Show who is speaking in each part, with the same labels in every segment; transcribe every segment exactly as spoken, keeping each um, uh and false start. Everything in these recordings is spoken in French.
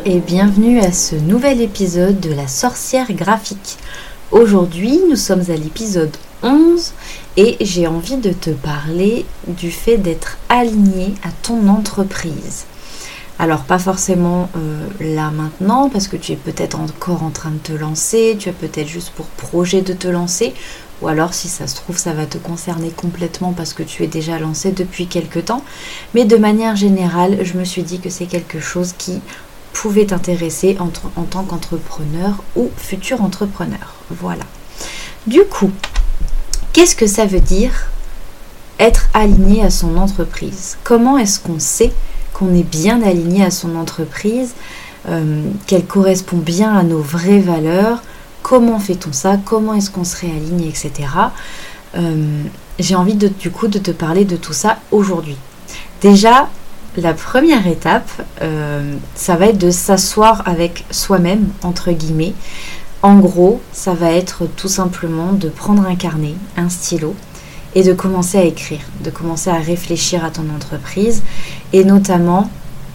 Speaker 1: et bienvenue à ce nouvel épisode de la sorcière graphique. Aujourd'hui, nous sommes à l'épisode onze et j'ai envie de te parler du fait d'être aligné à ton entreprise. Alors pas forcément euh, là maintenant parce que tu es peut-être encore en train de te lancer, tu as peut-être juste pour projet de te lancer, ou alors si ça se trouve ça va te concerner complètement parce que tu es déjà lancé depuis quelque temps. Mais de manière générale, je me suis dit que c'est quelque chose qui pouvait t'intéresser en, en tant qu'entrepreneur ou futur entrepreneur. Voilà. Du coup, qu'est-ce que ça veut dire être aligné à son entreprise? Comment est-ce qu'on sait qu'on est bien aligné à son entreprise, euh, qu'elle correspond bien à nos vraies valeurs? Comment fait-on ça? Comment est-ce qu'on se réaligne, et cetera. Euh, j'ai envie de, du coup de te parler de tout ça aujourd'hui. Déjà, la première étape, euh, ça va être de s'asseoir avec soi-même, entre guillemets. En gros, ça va être tout simplement de prendre un carnet, un stylo, et de commencer à écrire, de commencer à réfléchir à ton entreprise, et notamment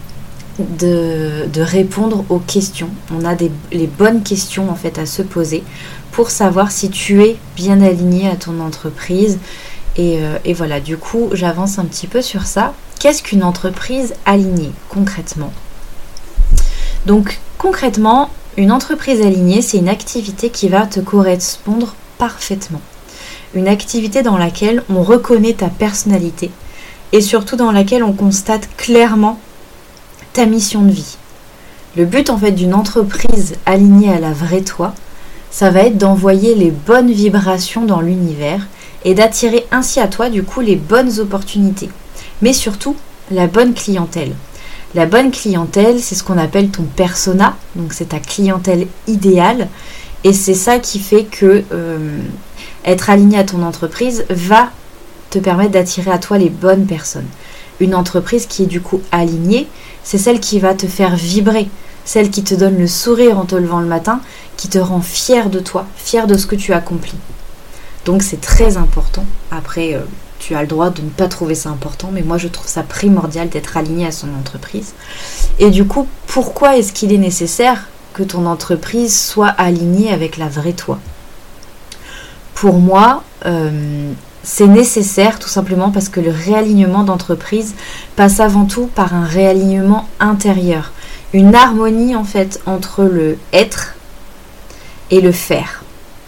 Speaker 1: de, de répondre aux questions. On a des, les bonnes questions en fait à se poser pour savoir si tu es bien aligné à ton entreprise. Et, euh, et voilà, du coup, j'avance un petit peu sur ça. Qu'est-ce qu'une entreprise alignée concrètement? Donc concrètement, une entreprise alignée, c'est une activité qui va te correspondre parfaitement. Une activité dans laquelle on reconnaît ta personnalité et surtout dans laquelle on constate clairement ta mission de vie. Le but en fait d'une entreprise alignée à la vraie toi, ça va être d'envoyer les bonnes vibrations dans l'univers et d'attirer ainsi à toi du coup les bonnes opportunités, mais surtout la bonne clientèle. La bonne clientèle, c'est ce qu'on appelle ton persona, donc c'est ta clientèle idéale, et c'est ça qui fait que euh, être aligné à ton entreprise va te permettre d'attirer à toi les bonnes personnes. Une entreprise qui est du coup alignée, c'est celle qui va te faire vibrer, celle qui te donne le sourire en te levant le matin, qui te rend fier de toi, fier de ce que tu accomplis. Donc c'est très important. Après, euh, tu as le droit de ne pas trouver ça important, mais moi je trouve ça primordial d'être aligné à son entreprise. Et du coup, pourquoi est-ce qu'il est nécessaire que ton entreprise soit alignée avec la vraie toi? Pour moi, euh, c'est nécessaire tout simplement parce que le réalignement d'entreprise passe avant tout par un réalignement intérieur. Une harmonie en fait entre le être et le faire.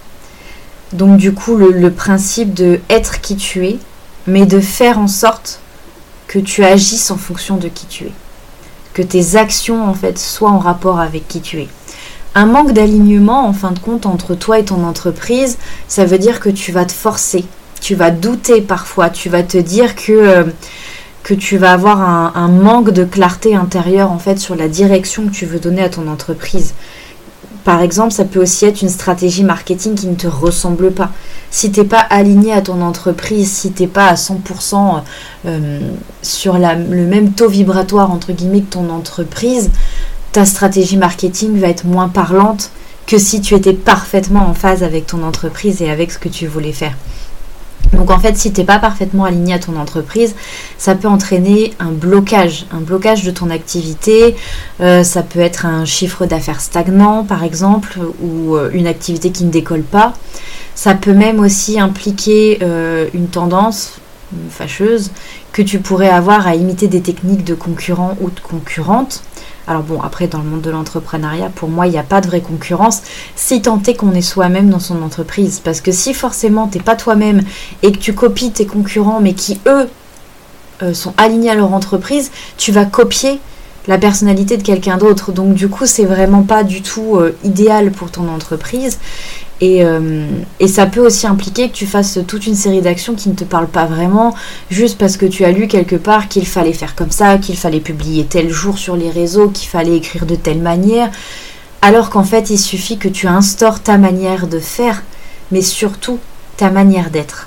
Speaker 1: Donc du coup, le, le principe de être qui tu es, mais de faire en sorte que tu agisses en fonction de qui tu es. Que tes actions en fait soient en rapport avec qui tu es. Un manque d'alignement en fin de compte entre toi et ton entreprise, ça veut dire que tu vas te forcer, tu vas douter parfois, tu vas te dire que, euh, que tu vas avoir un, un manque de clarté intérieure en fait sur la direction que tu veux donner à ton entreprise. Par exemple, ça peut aussi être une stratégie marketing qui ne te ressemble pas. Si tu n'es pas aligné à ton entreprise, si tu n'es pas à cent pour cent euh, sur la, le même taux vibratoire entre guillemets que ton entreprise, ta stratégie marketing va être moins parlante que si tu étais parfaitement en phase avec ton entreprise et avec ce que tu voulais faire. Donc en fait, si tu n'es pas parfaitement aligné à ton entreprise, ça peut entraîner un blocage, un blocage de ton activité. Euh, ça peut être un chiffre d'affaires stagnant, par exemple, ou euh, une activité qui ne décolle pas. Ça peut même aussi impliquer euh, une tendance fâcheuse que tu pourrais avoir à imiter des techniques de concurrents ou de concurrentes. Alors bon, après, dans le monde de l'entrepreneuriat, pour moi, il n'y a pas de vraie concurrence, si tant est qu'on est soi-même dans son entreprise. Parce que si forcément, tu n'es pas toi-même et que tu copies tes concurrents, mais qui, eux, euh, sont alignés à leur entreprise, tu vas copier la personnalité de quelqu'un d'autre. Donc du coup, c'est vraiment pas du tout euh, idéal pour ton entreprise. Et, euh, et ça peut aussi impliquer que tu fasses toute une série d'actions qui ne te parlent pas vraiment, juste parce que tu as lu quelque part qu'il fallait faire comme ça, qu'il fallait publier tel jour sur les réseaux, qu'il fallait écrire de telle manière, alors qu'en fait, il suffit que tu instaures ta manière de faire, mais surtout ta manière d'être.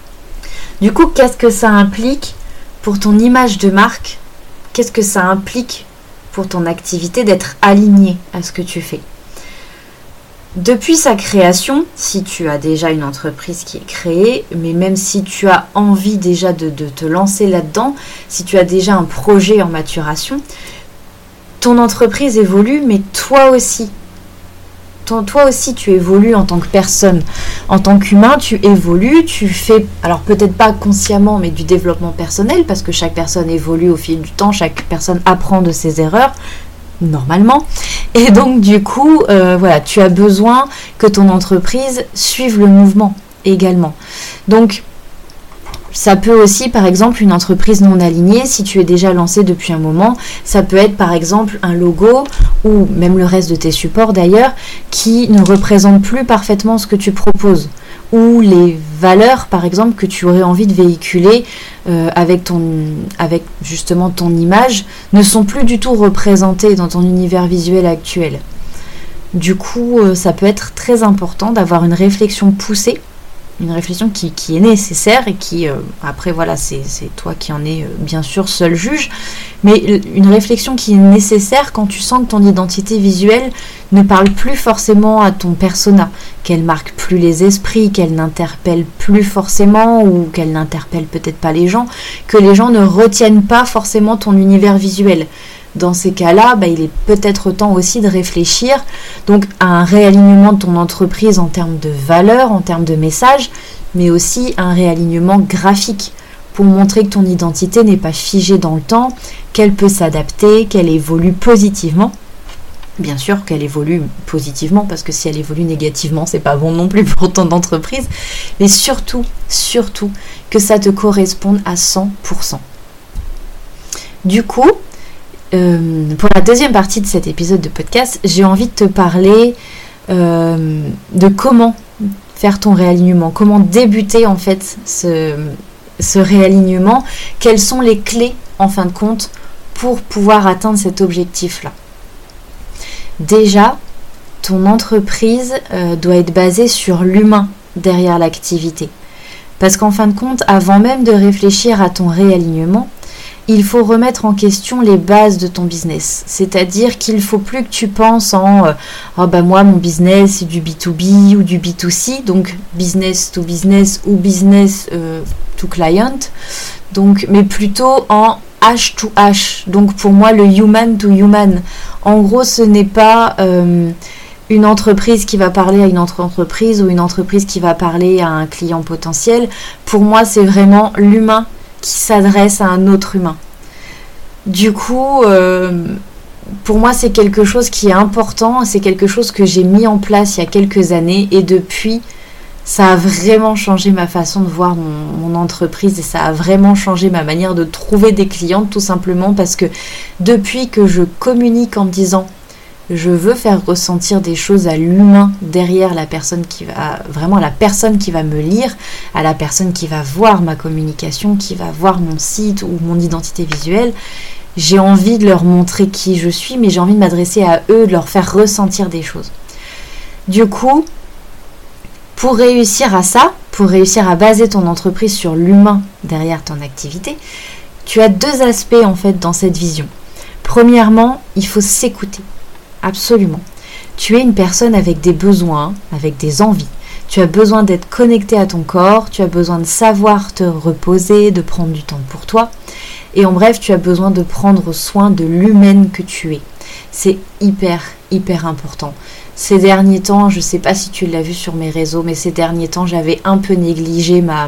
Speaker 1: Du coup, qu'est-ce que ça implique pour ton image de marque? Qu'est-ce que ça implique pour ton activité d'être aligné à ce que tu fais? Depuis sa création, si tu as déjà une entreprise qui est créée, mais même si tu as envie déjà de, de te lancer là-dedans, si tu as déjà un projet en maturation, ton entreprise évolue, mais toi aussi. Ton, toi aussi, tu évolues en tant que personne. En tant qu'humain, tu évolues, tu fais, alors peut-être pas consciemment, mais du développement personnel, parce que chaque personne évolue au fil du temps, chaque personne apprend de ses erreurs, normalement. Et donc, du coup, euh, voilà, tu as besoin que ton entreprise suive le mouvement également. Donc, ça peut aussi, par exemple, une entreprise non alignée, si tu es déjà lancé depuis un moment, ça peut être par exemple un logo ou même le reste de tes supports d'ailleurs qui ne représente plus parfaitement ce que tu proposes ou les valeurs par exemple que tu aurais envie de véhiculer euh, avec, ton, avec justement ton image ne sont plus du tout représentées dans ton univers visuel actuel. Du coup, euh, ça peut être très important d'avoir une réflexion poussée, une réflexion qui, qui est nécessaire et qui, euh, après voilà, c'est, c'est toi qui en es euh, bien sûr seul juge, mais une réflexion qui est nécessaire quand tu sens que ton identité visuelle ne parle plus forcément à ton persona, qu'elle marque plus les esprits, qu'elle n'interpelle plus forcément ou qu'elle n'interpelle peut-être pas les gens, que les gens ne retiennent pas forcément ton univers visuel. Dans ces cas-là, bah, il est peut-être temps aussi de réfléchir donc, à un réalignement de ton entreprise en termes de valeur, en termes de message, mais aussi un réalignement graphique pour montrer que ton identité n'est pas figée dans le temps, qu'elle peut s'adapter, qu'elle évolue positivement. Bien sûr qu'elle évolue positivement, parce que si elle évolue négativement, c'est pas bon non plus pour ton entreprise, mais surtout, surtout, que ça te corresponde à cent pour cent. Du coup, Euh, pour la deuxième partie de cet épisode de podcast, j'ai envie de te parler euh, de comment faire ton réalignement, comment débuter en fait ce, ce réalignement, quelles sont les clés en fin de compte pour pouvoir atteindre cet objectif-là. Déjà, ton entreprise euh, doit être basée sur l'humain derrière l'activité. Parce qu'en fin de compte, avant même de réfléchir à ton réalignement, il faut remettre en question les bases de ton business. C'est-à-dire qu'il ne faut plus que tu penses en euh, oh bah moi mon business c'est du B to B ou du B to C, donc business to business ou business euh, to client, donc, mais plutôt en H to H, donc pour moi le human to human. En gros, ce n'est pas euh, une entreprise qui va parler à une autre entreprise ou une entreprise qui va parler à un client potentiel. Pour moi, c'est vraiment l'humain qui s'adresse à un autre humain. Du coup, euh, pour moi, c'est quelque chose qui est important, c'est quelque chose que j'ai mis en place il y a quelques années et depuis, ça a vraiment changé ma façon de voir mon, mon entreprise et ça a vraiment changé ma manière de trouver des clientes, tout simplement parce que depuis que je communique en disant je veux faire ressentir des choses à l'humain derrière la personne qui va, vraiment à la personne qui va me lire, à la personne qui va voir ma communication, qui va voir mon site ou mon identité visuelle. J'ai envie de leur montrer qui je suis, mais j'ai envie de m'adresser à eux, de leur faire ressentir des choses. Du coup, pour réussir à ça, pour réussir à baser ton entreprise sur l'humain derrière ton activité, tu as deux aspects en fait dans cette vision. Premièrement, il faut s'écouter. Absolument. Tu es une personne avec des besoins, avec des envies. Tu as besoin d'être connecté à ton corps, tu as besoin de savoir te reposer, de prendre du temps pour toi. Et en bref, tu as besoin de prendre soin de l'humaine que tu es. C'est hyper, hyper important. Ces derniers temps, je ne sais pas si tu l'as vu sur mes réseaux, mais ces derniers temps, j'avais un peu négligé ma...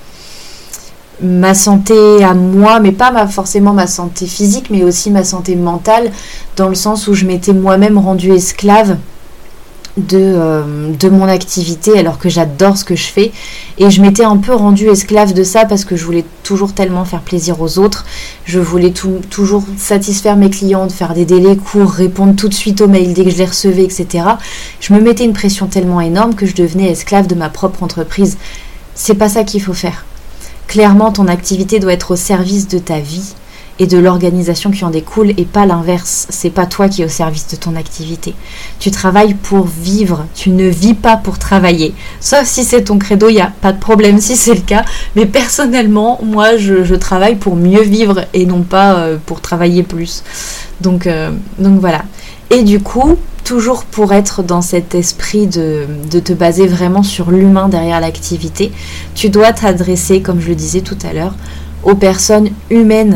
Speaker 1: ma santé à moi, mais pas ma, forcément ma santé physique, mais aussi ma santé mentale, dans le sens où je m'étais moi-même rendue esclave de, euh, de mon activité, alors que j'adore ce que je fais, et je m'étais un peu rendue esclave de ça, parce que je voulais toujours tellement faire plaisir aux autres, je voulais tout, toujours satisfaire mes clientes, faire des délais courts, répondre tout de suite aux mails dès que je les recevais, et cetera. Je me mettais une pression tellement énorme que je devenais esclave de ma propre entreprise. C'est pas ça qu'il faut faire. Clairement, ton activité doit être au service de ta vie et de l'organisation qui en découle et pas l'inverse. C'est pas toi qui es au service de ton activité. Tu travailles pour vivre, tu ne vis pas pour travailler. Sauf si c'est ton credo, il n'y a pas de problème si c'est le cas. Mais personnellement, moi, je, je travaille pour mieux vivre et non pas euh, pour travailler plus. Donc, euh, donc voilà. Et du coup, toujours pour être dans cet esprit de, de te baser vraiment sur l'humain derrière l'activité, tu dois t'adresser, comme je le disais tout à l'heure, aux personnes humaines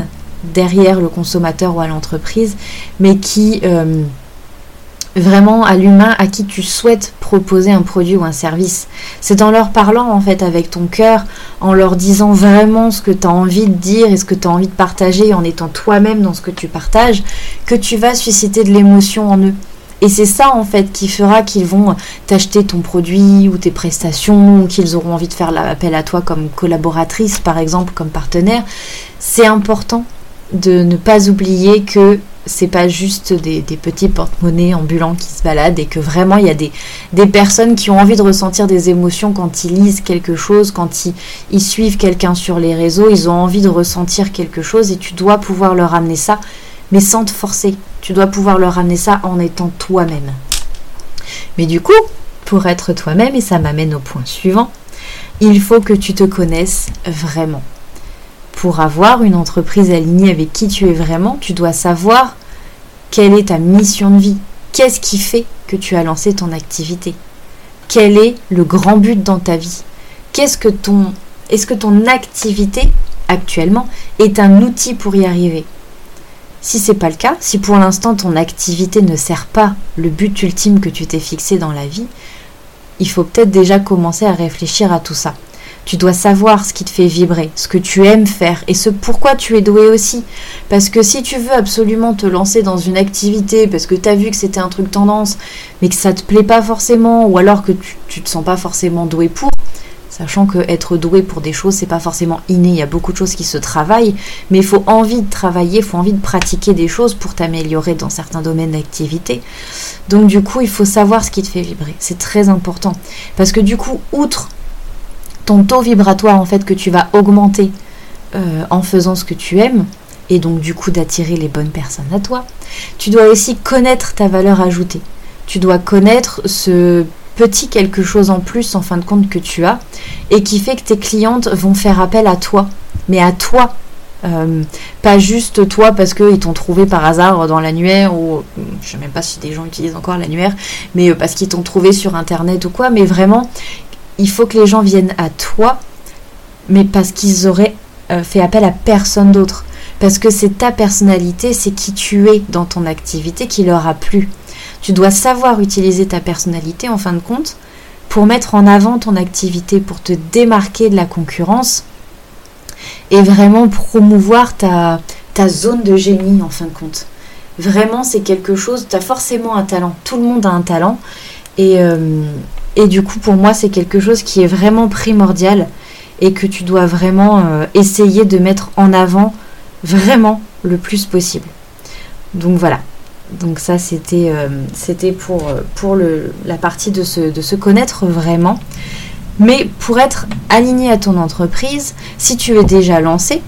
Speaker 1: derrière le consommateur ou à l'entreprise, mais qui euh, vraiment à l'humain à qui tu souhaites proposer un produit ou un service. C'est en leur parlant en fait avec ton cœur, en leur disant vraiment ce que tu as envie de dire et ce que tu as envie de partager, en étant toi-même dans ce que tu partages, que tu vas susciter de l'émotion en eux. Et c'est ça en fait qui fera qu'ils vont t'acheter ton produit ou tes prestations, ou qu'ils auront envie de faire l'appel à toi comme collaboratrice par exemple, comme partenaire. C'est important de ne pas oublier que c'est pas juste des, des petits porte-monnaies ambulants qui se baladent, et que vraiment il y a des, des personnes qui ont envie de ressentir des émotions quand ils lisent quelque chose, quand ils, ils suivent quelqu'un sur les réseaux, ils ont envie de ressentir quelque chose, et tu dois pouvoir leur amener ça, mais sans te forcer. Tu dois pouvoir leur amener ça en étant toi-même. Mais du coup, pour être toi-même, et ça m'amène au point suivant, il faut que tu te connaisses vraiment. Pour avoir une entreprise alignée avec qui tu es vraiment, tu dois savoir quelle est ta mission de vie. Qu'est-ce qui fait que tu as lancé ton activité? Quel est le grand but dans ta vie? Qu'est-ce que ton, est-ce que ton activité actuellement est un outil pour y arriver? Si c'est pas le cas, si pour l'instant ton activité ne sert pas le but ultime que tu t'es fixé dans la vie, il faut peut-être déjà commencer à réfléchir à tout ça. Tu dois savoir ce qui te fait vibrer, ce que tu aimes faire et ce pourquoi tu es doué aussi. Parce que si tu veux absolument te lancer dans une activité parce que tu as vu que c'était un truc tendance, mais que ça te plaît pas forcément, ou alors que tu, tu te sens pas forcément doué pour, sachant que être doué pour des choses, c'est pas forcément inné, il y a beaucoup de choses qui se travaillent, mais il faut envie de travailler, il faut envie de pratiquer des choses pour t'améliorer dans certains domaines d'activité. Donc du coup, il faut savoir ce qui te fait vibrer, c'est très important. Parce que du coup, outre ton taux vibratoire en fait que tu vas augmenter euh, en faisant ce que tu aimes, et donc du coup d'attirer les bonnes personnes à toi, tu dois aussi connaître ta valeur ajoutée. Tu dois connaître ce petit quelque chose en plus en fin de compte que tu as et qui fait que tes clientes vont faire appel à toi, mais à toi, euh, pas juste toi parce qu'ils t'ont trouvé par hasard dans l'annuaire, ou je sais même pas si des gens utilisent encore l'annuaire, mais parce qu'ils t'ont trouvé sur internet ou quoi, mais vraiment il faut que les gens viennent à toi, mais parce qu'ils auraient euh, fait appel à personne d'autre, parce que c'est ta personnalité, c'est qui tu es dans ton activité qui leur a plu. Tu dois savoir utiliser ta personnalité en fin de compte pour mettre en avant ton activité, pour te démarquer de la concurrence et vraiment promouvoir ta, ta zone de génie en fin de compte. Vraiment, c'est quelque chose, tu as forcément un talent, tout le monde a un talent, et, euh, et du coup pour moi c'est quelque chose qui est vraiment primordial et que tu dois vraiment euh, essayer de mettre en avant vraiment le plus possible. Donc voilà. Donc ça c'était euh, c'était pour, pour le, la partie de se, de se connaître vraiment. Mais pour être aligné à ton entreprise, si tu es déjà lancé,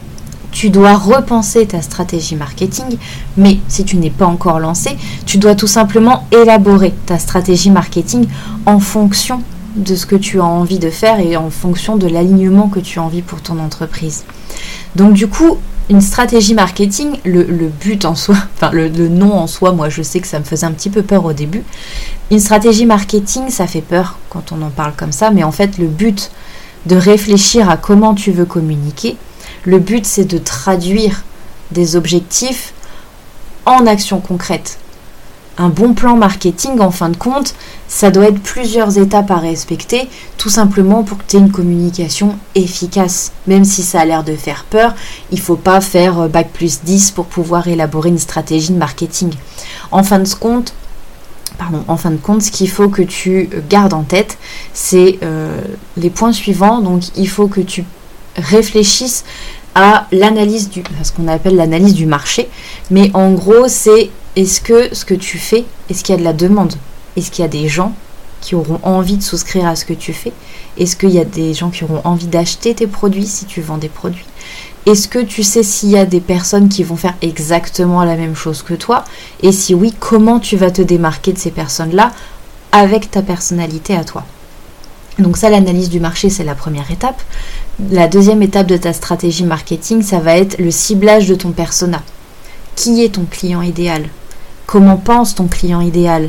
Speaker 1: tu dois repenser ta stratégie marketing. Mais si tu n'es pas encore lancé, tu dois tout simplement élaborer ta stratégie marketing en fonction de ce que tu as envie de faire et en fonction de l'alignement que tu as envie pour ton entreprise. Donc du coup, une stratégie marketing, le, le but en soi, enfin le, le nom en soi, moi je sais que ça me faisait un petit peu peur au début. Une stratégie marketing, ça fait peur quand on en parle comme ça, mais en fait le but de réfléchir à comment tu veux communiquer, le but c'est de traduire des objectifs en actions concrètes. Un bon plan marketing, en fin de compte, ça doit être plusieurs étapes à respecter, tout simplement pour que tu aies une communication efficace. Même si ça a l'air de faire peur, il ne faut pas faire bac plus dix pour pouvoir élaborer une stratégie de marketing. En fin de compte, pardon, en fin de compte, ce qu'il faut que tu gardes en tête, c'est euh, les points suivants. Donc, il faut que tu réfléchisses à l'analyse du, ce qu'on appelle l'analyse du marché. Mais en gros, c'est est-ce que ce que tu fais, est-ce qu'il y a de la demande? Est-ce qu'il y a des gens qui auront envie de souscrire à ce que tu fais? Est-ce qu'il y a des gens qui auront envie d'acheter tes produits si tu vends des produits? Est-ce que tu sais s'il y a des personnes qui vont faire exactement la même chose que toi? Et si oui, comment tu vas te démarquer de ces personnes-là avec ta personnalité à toi? Donc ça, l'analyse du marché, c'est la première étape. La deuxième étape de ta stratégie marketing, ça va être le ciblage de ton persona. Qui est ton client idéal? Comment pense ton client idéal?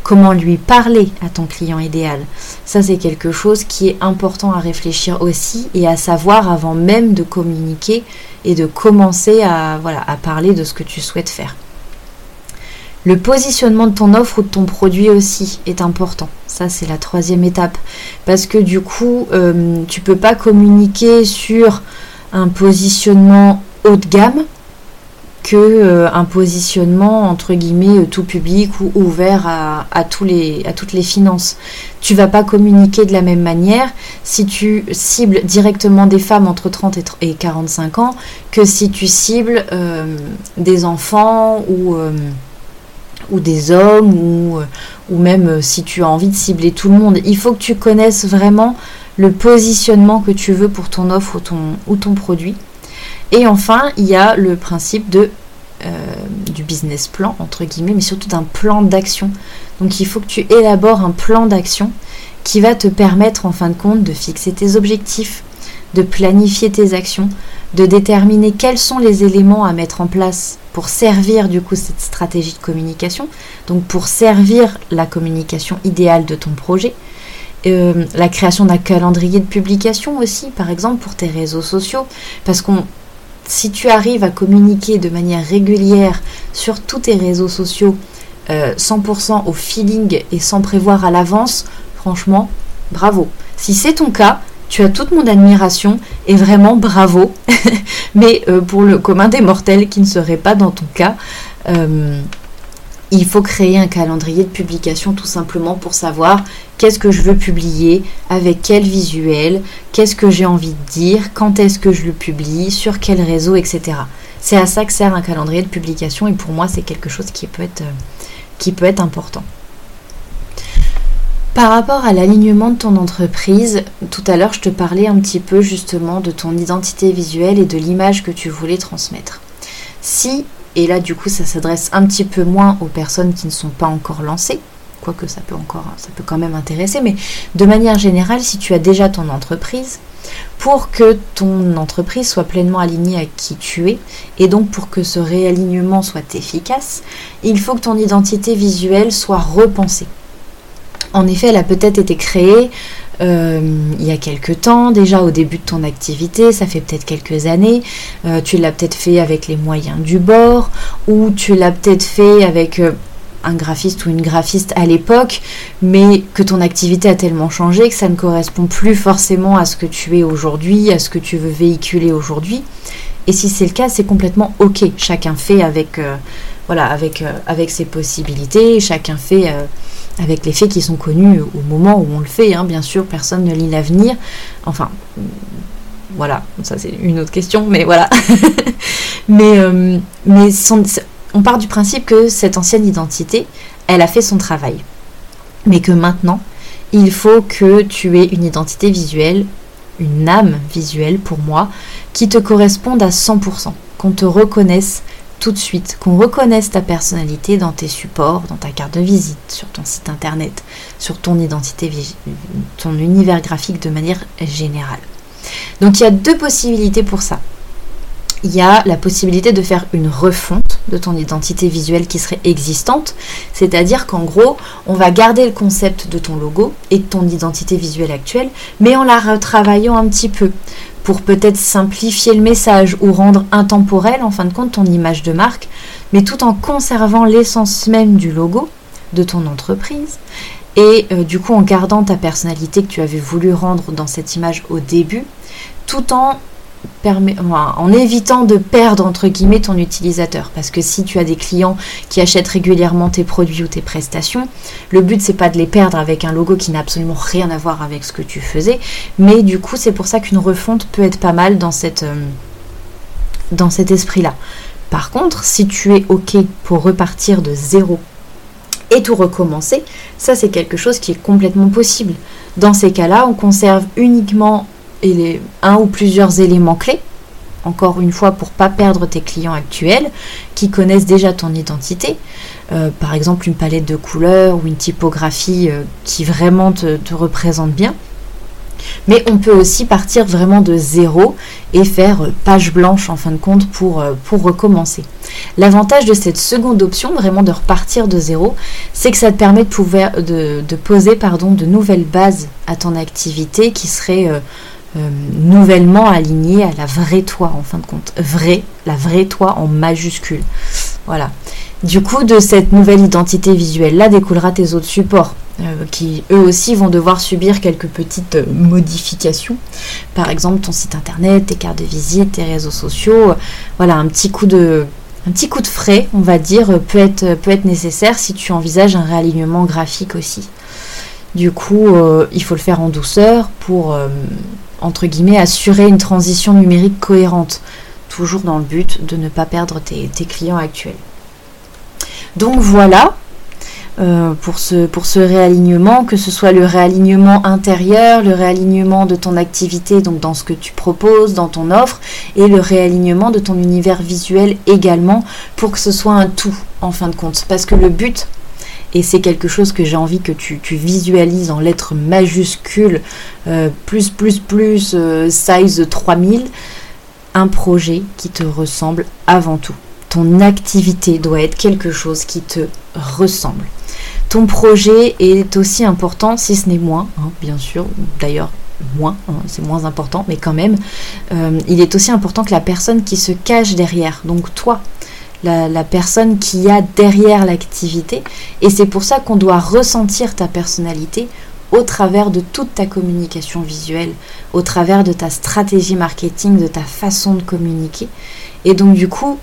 Speaker 1: comment lui parler à ton client idéal. Ça, c'est quelque chose qui est important à réfléchir aussi et à savoir avant même de communiquer et de commencer à, voilà, à parler de ce que tu souhaites faire. Le positionnement de ton offre ou de ton produit aussi est important. Ça, c'est la troisième étape. Parce que du coup, euh, tu ne peux pas communiquer sur un positionnement haut de gamme que euh, un positionnement entre guillemets tout public ou ouvert à, à, tous les, à toutes les finances. Tu ne vas pas communiquer de la même manière si tu cibles directement des femmes entre trente et quarante-cinq ans que si tu cibles euh, des enfants ou... Euh, ou des hommes, ou, ou même si tu as envie de cibler tout le monde. Il faut que tu connaisses vraiment le positionnement que tu veux pour ton offre ou ton, ou ton produit. Et enfin, il y a le principe de, euh, du business plan, entre guillemets, mais surtout d'un plan d'action. Donc il faut que tu élabores un plan d'action qui va te permettre en fin de compte de fixer tes objectifs, de planifier tes actions, de déterminer quels sont les éléments à mettre en place pour servir du coup cette stratégie de communication, donc pour servir la communication idéale de ton projet, euh, la création d'un calendrier de publication aussi, par exemple pour tes réseaux sociaux, parce qu'on si tu arrives à communiquer de manière régulière sur tous tes réseaux sociaux, euh, cent pour cent au feeling et sans prévoir à l'avance, franchement, bravo. Si c'est ton cas, tu as toute mon admiration et vraiment bravo. Mais euh, pour le commun des mortels qui ne serait pas dans ton cas, euh, il faut créer un calendrier de publication tout simplement pour savoir qu'est-ce que je veux publier, avec quel visuel, qu'est-ce que j'ai envie de dire, quand est-ce que je le publie, sur quel réseau, et cetera. C'est à ça que sert un calendrier de publication et pour moi c'est quelque chose qui peut être, euh, qui peut être important. Par rapport à l'alignement de ton entreprise, tout à l'heure je te parlais un petit peu justement de ton identité visuelle et de l'image que tu voulais transmettre. Si, et là du coup ça s'adresse un petit peu moins aux personnes qui ne sont pas encore lancées, quoique ça peut encore, ça peut quand même intéresser, mais de manière générale, si tu as déjà ton entreprise, pour que ton entreprise soit pleinement alignée à qui tu es, et donc pour que ce réalignement soit efficace, il faut que ton identité visuelle soit repensée. En effet, elle a peut-être été créée euh, il y a quelques temps, déjà au début de ton activité, ça fait peut-être quelques années, euh, tu l'as peut-être fait avec les moyens du bord, ou tu l'as peut-être fait avec euh, un graphiste ou une graphiste à l'époque, mais que ton activité a tellement changé que ça ne correspond plus forcément à ce que tu es aujourd'hui, à ce que tu veux véhiculer aujourd'hui. Et si c'est le cas, c'est complètement ok. Chacun fait avec, euh, voilà, avec, euh, avec ses possibilités, chacun fait... Euh, avec les faits qui sont connus au moment où on le fait, hein, bien sûr, personne ne lit l'avenir. Enfin, voilà, ça c'est une autre question, mais voilà. mais euh, mais son, on part du principe que cette ancienne identité, elle a fait son travail. Mais que maintenant, il faut que tu aies une identité visuelle, une âme visuelle pour moi, qui te corresponde à cent pour cent, qu'on te reconnaisse tout de suite, qu'on reconnaisse ta personnalité dans tes supports, dans ta carte de visite, sur ton site internet, sur ton identité, ton univers graphique de manière générale. Donc il y a deux possibilités pour ça. Il y a la possibilité de faire une refonte de ton identité visuelle qui serait existante, c'est-à-dire qu'en gros, on va garder le concept de ton logo et de ton identité visuelle actuelle, mais en la retravaillant un petit peu, pour peut-être simplifier le message ou rendre intemporel en fin de compte ton image de marque, mais tout en conservant l'essence même du logo de ton entreprise et euh, du coup en gardant ta personnalité que tu avais voulu rendre dans cette image au début, tout en Permet, enfin, en évitant de perdre entre guillemets ton utilisateur, parce que si tu as des clients qui achètent régulièrement tes produits ou tes prestations, le but c'est pas de les perdre avec un logo qui n'a absolument rien à voir avec ce que tu faisais, mais du coup c'est pour ça qu'une refonte peut être pas mal dans cette euh, dans cet esprit là. Par contre, si tu es ok pour repartir de zéro et tout recommencer, ça c'est quelque chose qui est complètement possible. Dans ces cas-là, on conserve uniquement et les, un ou plusieurs éléments clés, encore une fois pour pas perdre tes clients actuels qui connaissent déjà ton identité, euh, par exemple une palette de couleurs ou une typographie euh, qui vraiment te, te représente bien, Mais on peut aussi partir vraiment de zéro et faire page blanche en fin de compte pour, pour recommencer. L'avantage de cette seconde option, vraiment de repartir de zéro, c'est que ça te permet de, pouvoir, de, de poser pardon, de nouvelles bases à ton activité qui seraient euh, euh, nouvellement alignées à la vraie toi en fin de compte. Vrai, la vraie toi en majuscule. Voilà. Du coup, de cette nouvelle identité visuelle-là découlera tes autres supports. Euh, qui eux aussi vont devoir subir quelques petites euh, modifications. Par exemple ton site internet, tes cartes de visite, tes réseaux sociaux. Euh, voilà, un petit coup de, un petit coup de frais, on va dire, euh, peut être, peut être nécessaire si tu envisages un réalignement graphique aussi. Du coup, euh, il faut le faire en douceur pour, euh, entre guillemets, assurer une transition numérique cohérente. Toujours dans le but de ne pas perdre tes, tes clients actuels. Donc voilà. Euh, pour, ce, pour ce réalignement, que ce soit le réalignement intérieur, le réalignement de ton activité, donc dans ce que tu proposes, dans ton offre, et le réalignement de ton univers visuel également, pour que ce soit un tout, en fin de compte. Parce que le but, et c'est quelque chose que j'ai envie que tu, tu visualises en lettres majuscules, euh, plus, plus, plus, euh, size trois mille, un projet qui te ressemble avant tout. Ton activité doit être quelque chose qui te ressemble. Ton projet est aussi important, si ce n'est moins, hein, bien sûr, d'ailleurs moins, hein, c'est moins important, mais quand même, euh, il est aussi important que la personne qui se cache derrière, donc toi, la, la personne qui a derrière l'activité, et c'est pour ça qu'on doit ressentir ta personnalité au travers de toute ta communication visuelle, au travers de ta stratégie marketing, de ta façon de communiquer, et donc du coup,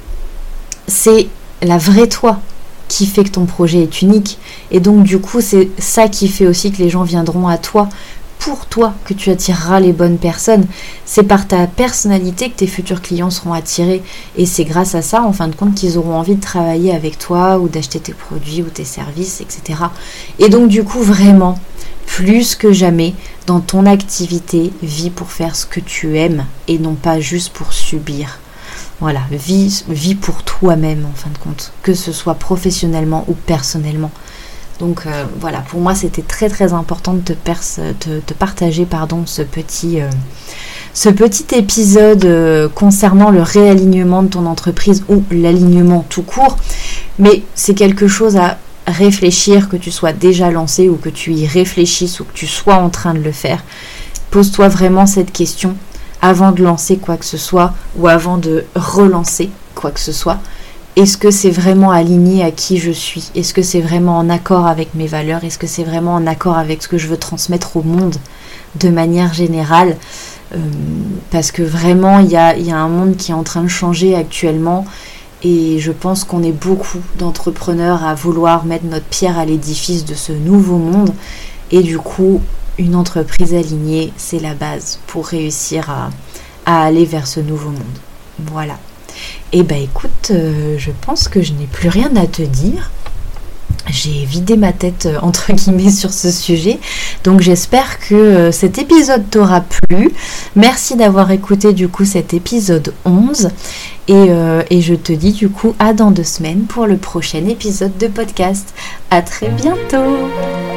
Speaker 1: c'est la vraie toi qui fait que ton projet est unique. Et donc du coup, c'est ça qui fait aussi que les gens viendront à toi, pour toi, que tu attireras les bonnes personnes. C'est par ta personnalité que tes futurs clients seront attirés. Et c'est grâce à ça, en fin de compte, qu'ils auront envie de travailler avec toi ou d'acheter tes produits ou tes services, et cetera. Et donc du coup, vraiment, plus que jamais, dans ton activité, vis pour faire ce que tu aimes et non pas juste pour subir. Voilà, vis, vis pour toi-même en fin de compte, que ce soit professionnellement ou personnellement. Donc euh, voilà, pour moi c'était très très important de te, perce, te, te partager pardon, ce, petit, euh, ce petit épisode euh, concernant le réalignement de ton entreprise ou l'alignement tout court. Mais c'est quelque chose à réfléchir, que tu sois déjà lancé ou que tu y réfléchisses ou que tu sois en train de le faire. Pose-toi vraiment cette question avant de lancer quoi que ce soit ou avant de relancer quoi que ce soit. Est-ce que c'est vraiment aligné à qui je suis? Est-ce que c'est vraiment en accord avec mes valeurs? Est-ce que c'est vraiment en accord avec ce que je veux transmettre au monde de manière générale? euh, Parce que vraiment, il y a, y a un monde qui est en train de changer actuellement et je pense qu'on est beaucoup d'entrepreneurs à vouloir mettre notre pierre à l'édifice de ce nouveau monde. Et du coup, une entreprise alignée, c'est la base pour réussir à, à aller vers ce nouveau monde. Voilà. Et bah écoute, euh, je pense que je n'ai plus rien à te dire. J'ai vidé ma tête, euh, entre guillemets, sur ce sujet. Donc j'espère que euh, cet épisode t'aura plu. Merci d'avoir écouté du coup cet épisode onze. Et, euh, et je te dis du coup à dans deux semaines pour le prochain épisode de podcast. À très bientôt.